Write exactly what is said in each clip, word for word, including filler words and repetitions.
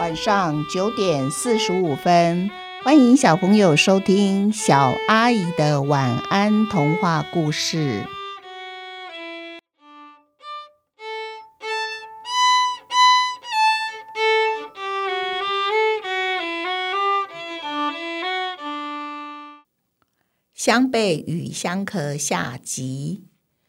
晚上九点四十五分，欢迎小朋友收听小阿姨的晚安童话故事。湘贝与香壳下集。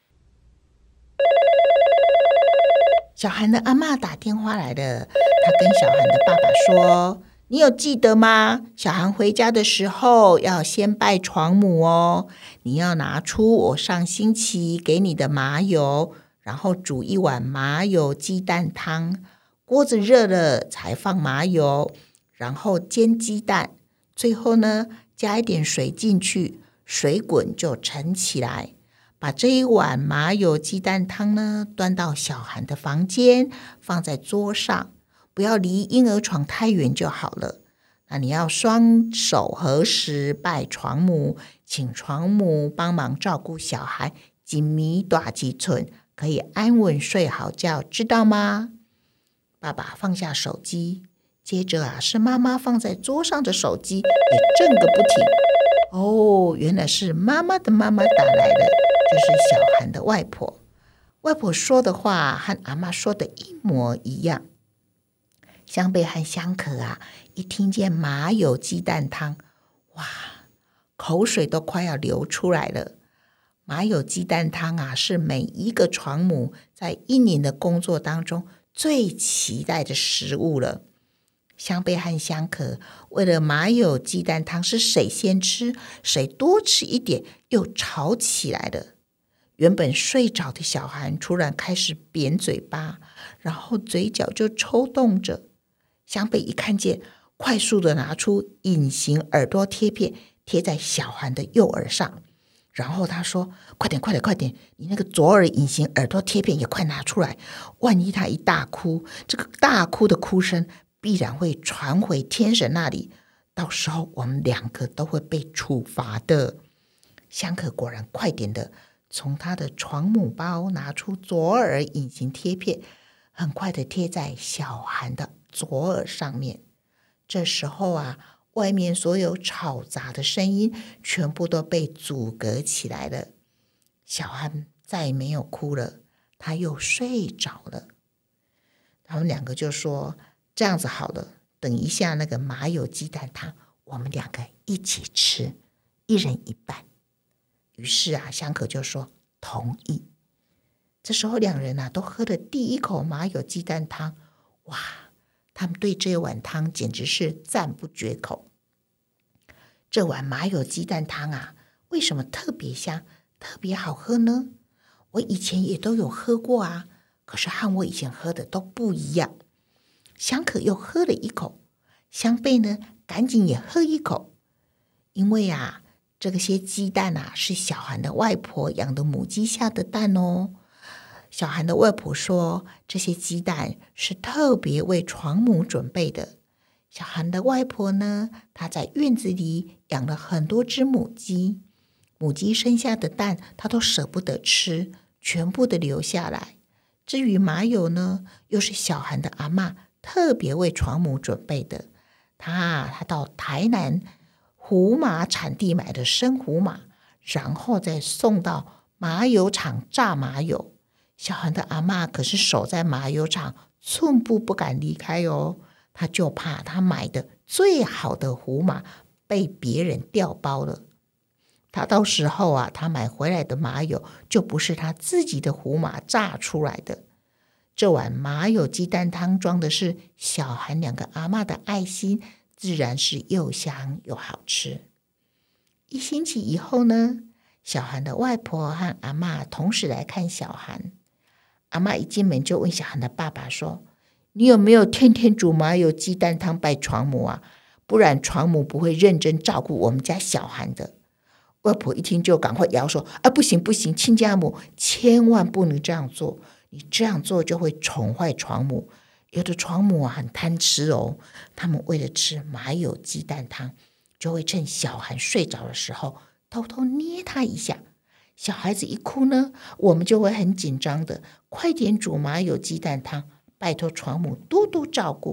小涵的阿嬷打电话来了，她跟小涵的爸爸说，你有记得吗？小涵回家的时候要先拜床母哦，你要拿出我上星期给你的麻油，然后煮一碗麻油鸡蛋汤，锅子热了才放麻油，然后煎鸡蛋，最后呢加一点水进去，水滚就盛起来。把这一碗麻油鸡蛋汤呢端到小涵的房间，放在桌上，不要离婴儿床太远就好了。那你要双手合十拜床母，请床母帮忙照顾小孩，几米大几寸，可以安稳睡好觉，知道吗？爸爸放下手机，接着啊是妈妈放在桌上的手机也震个不停。哦，原来是妈妈的妈妈打来了，就是小涵的外婆。外婆说的话和阿嬷说的一模一样。湘贝和香壳啊，一听见麻油鸡蛋汤，哇，口水都快要流出来了。麻油鸡蛋汤啊，是每一个床母在一年的工作当中最期待的食物了。湘贝和香壳为了麻油鸡蛋汤是谁先吃谁多吃一点又吵起来了。原本睡着的小涵突然开始扁嘴巴，然后嘴角就抽动着。湘贝一看见，快速的拿出隐形耳朵贴片贴在小涵的右耳上，然后他说，快点快点快点，你那个左耳隐形耳朵贴片也快拿出来，万一他一大哭，这个大哭的哭声必然会传回天神那里，到时候我们两个都会被处罚的。香壳果然快点的从他的床母包拿出左耳隐形贴片，很快的贴在小涵的左耳上面。这时候啊，外面所有吵杂的声音全部都被阻隔起来了。小涵再没有哭了，他又睡着了。他们两个就说，这样子好了，等一下那个麻油鸡蛋汤我们两个一起吃，一人一半。于是啊，香壳就说同意。这时候两人啊都喝了第一口麻油鸡蛋汤，哇，他们对这碗汤简直是赞不绝口。这碗麻油鸡蛋汤啊，为什么特别香特别好喝呢？我以前也都有喝过啊，可是和我以前喝的都不一样。香壳又喝了一口，香贝呢赶紧也喝一口。因为啊这个些鸡蛋啊是小涵的外婆养的母鸡下的蛋哦。小涵的外婆说，这些鸡蛋是特别为床母准备的。小涵的外婆呢，她在院子里养了很多只母鸡，母鸡生下的蛋她都舍不得吃，全部的留下来。至于麻油呢，又是小涵的阿嬷特别为床母准备的。他他到台南胡麻产地买的生胡麻，然后再送到麻油厂榨麻油。小涵的阿嬷可是守在麻油厂，寸步不敢离开哦。他就怕他买的最好的胡麻被别人调包了。他到时候啊，他买回来的麻油就不是他自己的胡麻榨出来的。这碗麻油鸡蛋汤装的是小涵两个阿嬷的爱心，自然是又香又好吃。一星期以后呢，小涵的外婆和阿嬷同时来看小涵。阿嬷一进门就问小涵的爸爸说，你有没有天天煮麻油鸡蛋汤拜床母啊？不然床母不会认真照顾我们家小涵的。外婆一听就赶快摇说，啊，不行不行，亲家母千万不能这样做，你这样做就会宠坏床母。有的床母啊很贪吃哦，他们为了吃麻油鸡蛋汤，就会趁小涵睡着的时候偷偷捏他一下。小孩子一哭呢，我们就会很紧张的，快点煮麻油鸡蛋汤，拜托床母多多照顾。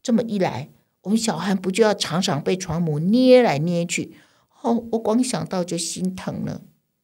这么一来，我们小韩不就要常常被床母捏来捏去？哦，我光想到就心疼了。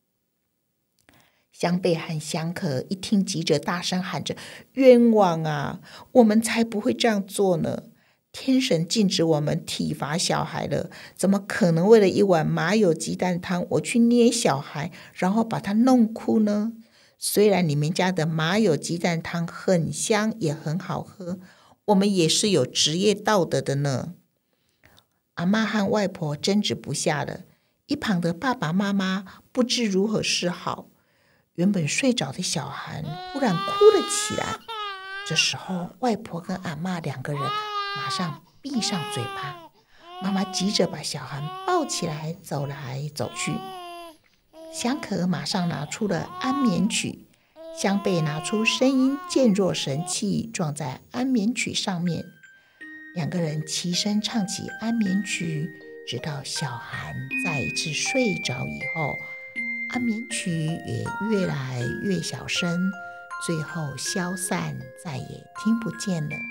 香贝和香可一听，急着大声喊着：冤枉啊！我们才不会这样做呢！天神禁止我们体罚小孩了，怎么可能为了一碗麻油鸡蛋汤，我去捏小孩，然后把他弄哭呢？虽然你们家的麻油鸡蛋汤很香，也很好喝，我们也是有职业道德的呢。阿嬷和外婆争执不下了，一旁的爸爸妈妈不知如何是好。原本睡着的小韩忽然哭了起来。这时候，外婆跟阿嬷两个人马上闭上嘴巴。妈妈急着把小韩抱起来，走来走去。香可马上拿出了安眠曲，香贝拿出声音渐弱神器，撞在安眠曲上面。两个人齐声唱起安眠曲，直到小韩再一次睡着以后，安眠曲也越来越小声，最后消散，再也听不见了。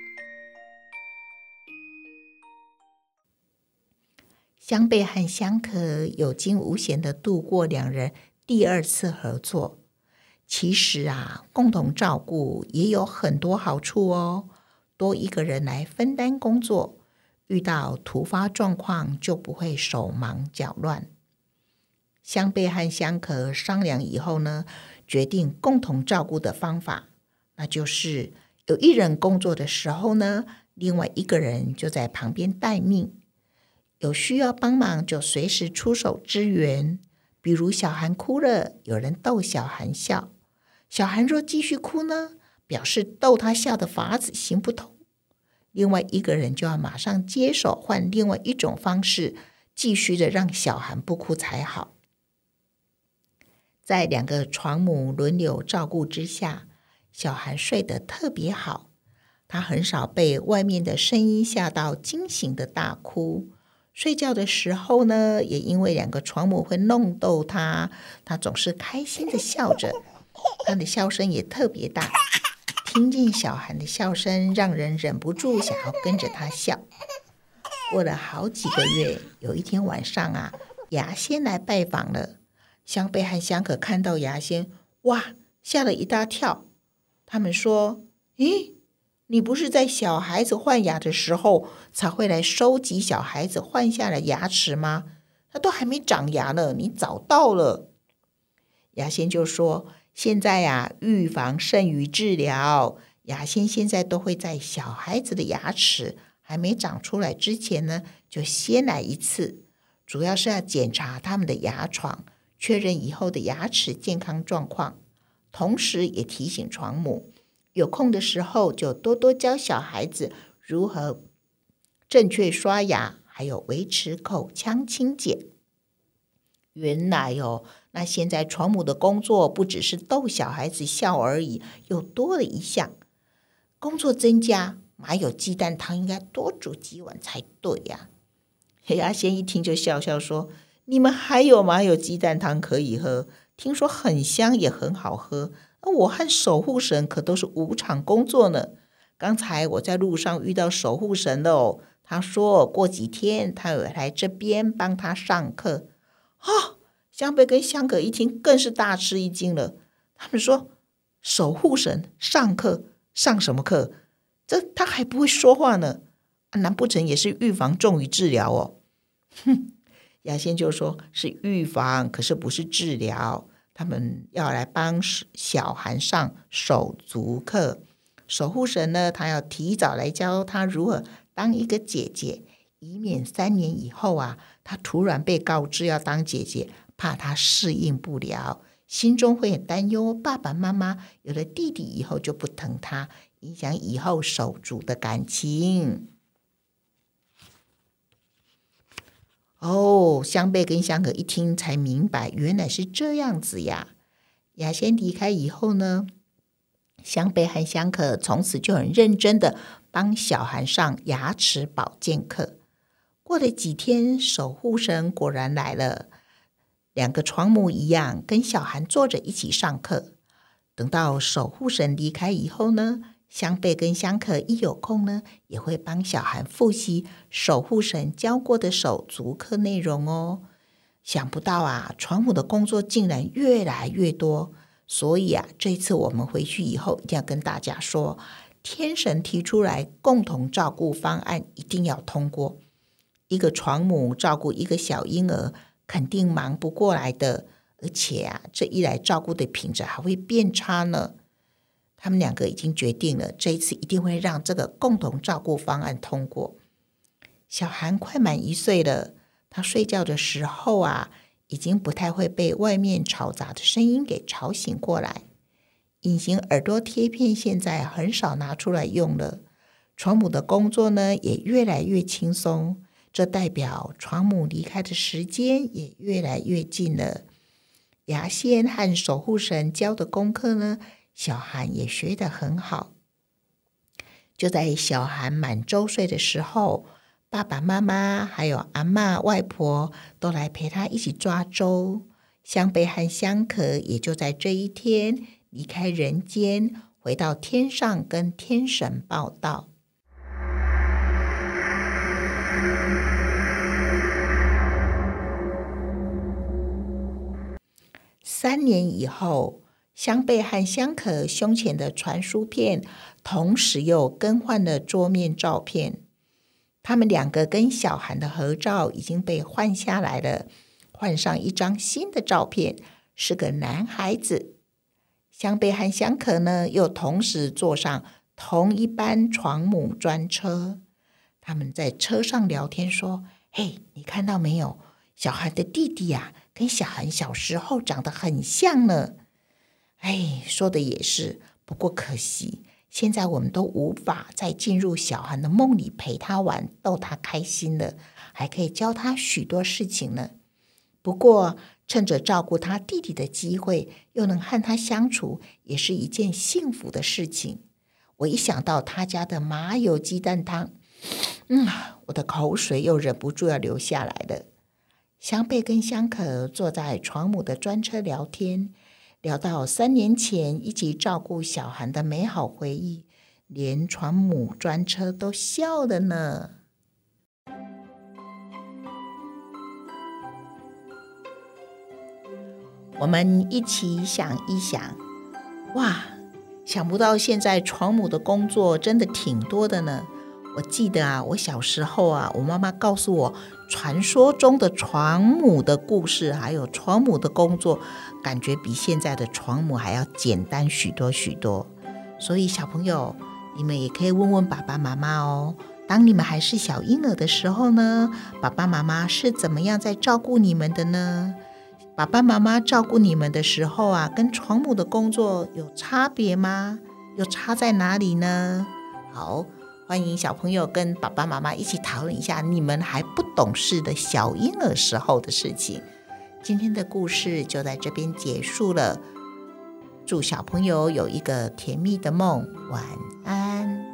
香贝和香可有惊无险地度过两人第二次合作。其实啊，共同照顾也有很多好处哦。多一个人来分担工作，遇到突发状况就不会手忙脚乱。香贝和香可商量以后呢，决定共同照顾的方法，那就是有一人工作的时候呢，另外一个人就在旁边待命，有需要帮忙就随时出手支援。比如小韩哭了，有人逗小韩笑；小韩若继续哭呢，表示逗他笑的法子行不通，另外一个人就要马上接手，换另外一种方式，继续的让小韩不哭才好。在两个床母轮流照顾之下，小韩睡得特别好，他很少被外面的声音吓到惊醒的大哭。睡觉的时候呢，也因为两个床母会弄逗他，他总是开心的笑着，他的笑声也特别大，听见小韩的笑声，让人忍不住想要跟着他笑。过了好几个月，有一天晚上啊，牙仙来拜访了。香贝和香可看到牙仙，哇，吓了一大跳。他们说：咦，你不是在小孩子换牙的时候才会来收集小孩子换下的牙齿吗？他都还没长牙呢，你早到了。牙仙就说：现在呀、啊，预防胜于治疗。牙仙现在都会在小孩子的牙齿还没长出来之前呢，就先来一次，主要是要检查他们的牙床，确认以后的牙齿健康状况，同时也提醒床母，有空的时候就多多教小孩子如何正确刷牙，还有维持口腔清洁。原来哦，那现在床母的工作不只是逗小孩子笑而已，又多了一项。工作增加，麻油鸡蛋汤应该多煮几碗才对呀、啊。牙仙一听就笑笑说：你们还有麻油鸡蛋汤可以喝，听说很香也很好喝。我和守护神可都是无偿工作呢。刚才我在路上遇到守护神了哦，他说过几天他有来这边帮他上课。哦，香贝跟香可一听更是大吃一惊了。他们说：守护神上课，上什么课？这他还不会说话呢，啊、难不成也是预防重于治疗哦？哼，牙仙就说是预防，可是不是治疗。他们要来帮小韩上手足课。守护神呢，他要提早来教他如何当一个姐姐，以免三年以后啊，他突然被告知要当姐姐，怕他适应不了，心中会很担忧爸爸妈妈有了弟弟以后就不疼他，影响以后手足的感情。哦，香贝跟香可一听才明白，原来是这样子呀。牙仙离开以后呢，香贝和香可从此就很认真的帮小韩上牙齿保健课。过了几天，守护神果然来了，两个床母一样跟小韩坐着一起上课。等到守护神离开以后呢， 香贝跟香可一有空呢，也会帮小涵复习守护神教过的手足课内容哦。想不到啊，床母的工作竟然越来越多，所以啊，这次我们回去以后一定要跟大家说，天神提出来共同照顾方案一定要通过。一个床母照顾一个小婴儿，肯定忙不过来的，而且啊，这一来照顾的品质还会变差呢。他们两个已经决定了，这一次一定会让这个共同照顾方案通过。小涵快满一岁了，他睡觉的时候啊，已经不太会被外面嘈杂的声音给吵醒过来。隐形耳朵贴片现在很少拿出来用了，床母的工作呢也越来越轻松，这代表床母离开的时间也越来越近了。牙仙和守护神教的功课呢，小涵也学得很好。就在小涵满周岁的时候，爸爸妈妈还有阿嬷外婆都来陪他一起抓周。香贝和香可也就在这一天离开人间，回到天上跟天神报道。三年以后，香贝和香可胸前的传书片同时又更换了桌面照片。他们两个跟小涵的合照已经被换下来了，换上一张新的照片，是个男孩子。香贝和香可呢，又同时坐上同一班床母专车。他们在车上聊天说：“嘿，你看到没有？小涵的弟弟啊，跟小涵小时候长得很像呢。”哎，说的也是，不过可惜，现在我们都无法再进入小涵的梦里陪他玩，逗他开心了，还可以教他许多事情呢。不过，趁着照顾他弟弟的机会，又能和他相处，也是一件幸福的事情。我一想到他家的麻油鸡蛋汤，嗯，我的口水又忍不住要流下来了。香贝跟香可坐在床母的专车聊天，聊到三年前一起照顾小涵的美好回忆，连床母专车都笑了呢。我们一起想一想，哇，想不到现在床母的工作真的挺多的呢。我记得啊，我小时候啊，我妈妈告诉我传说中的床母的故事，还有床母的工作，感觉比现在的床母还要简单许多许多。所以小朋友，你们也可以问问爸爸妈妈哦，当你们还是小婴儿的时候呢，爸爸妈妈是怎么样在照顾你们的呢？爸爸妈妈照顾你们的时候啊，跟床母的工作有差别吗？又差在哪里呢？好，欢迎小朋友跟爸爸妈妈一起讨论一下你们还不懂事的小婴儿时候的事情。今天的故事就在这边结束了，祝小朋友有一个甜蜜的梦，晚安。